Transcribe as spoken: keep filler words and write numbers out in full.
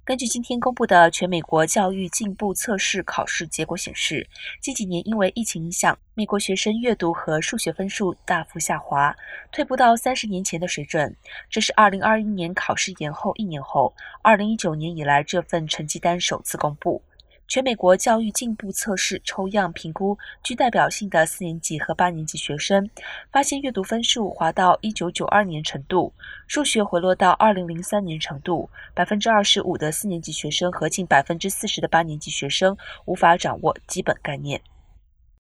根据今天公布的全美国教育进步测试考试结果显示，近几年因为疫情影响，美国学生阅读和数学分数大幅下滑，退步到三十年前的水准。这是二零二一年考试延后一年后，二零一九年以来这份成绩单首次公布。全美国教育进步测试抽样评估具代表性的四年级和八年级学生，发现阅读分数滑到一九九二年程度，数学回落到二零零三年程度，百分之二十五的四年级学生和近百分之四十的八年级学生无法掌握基本概念。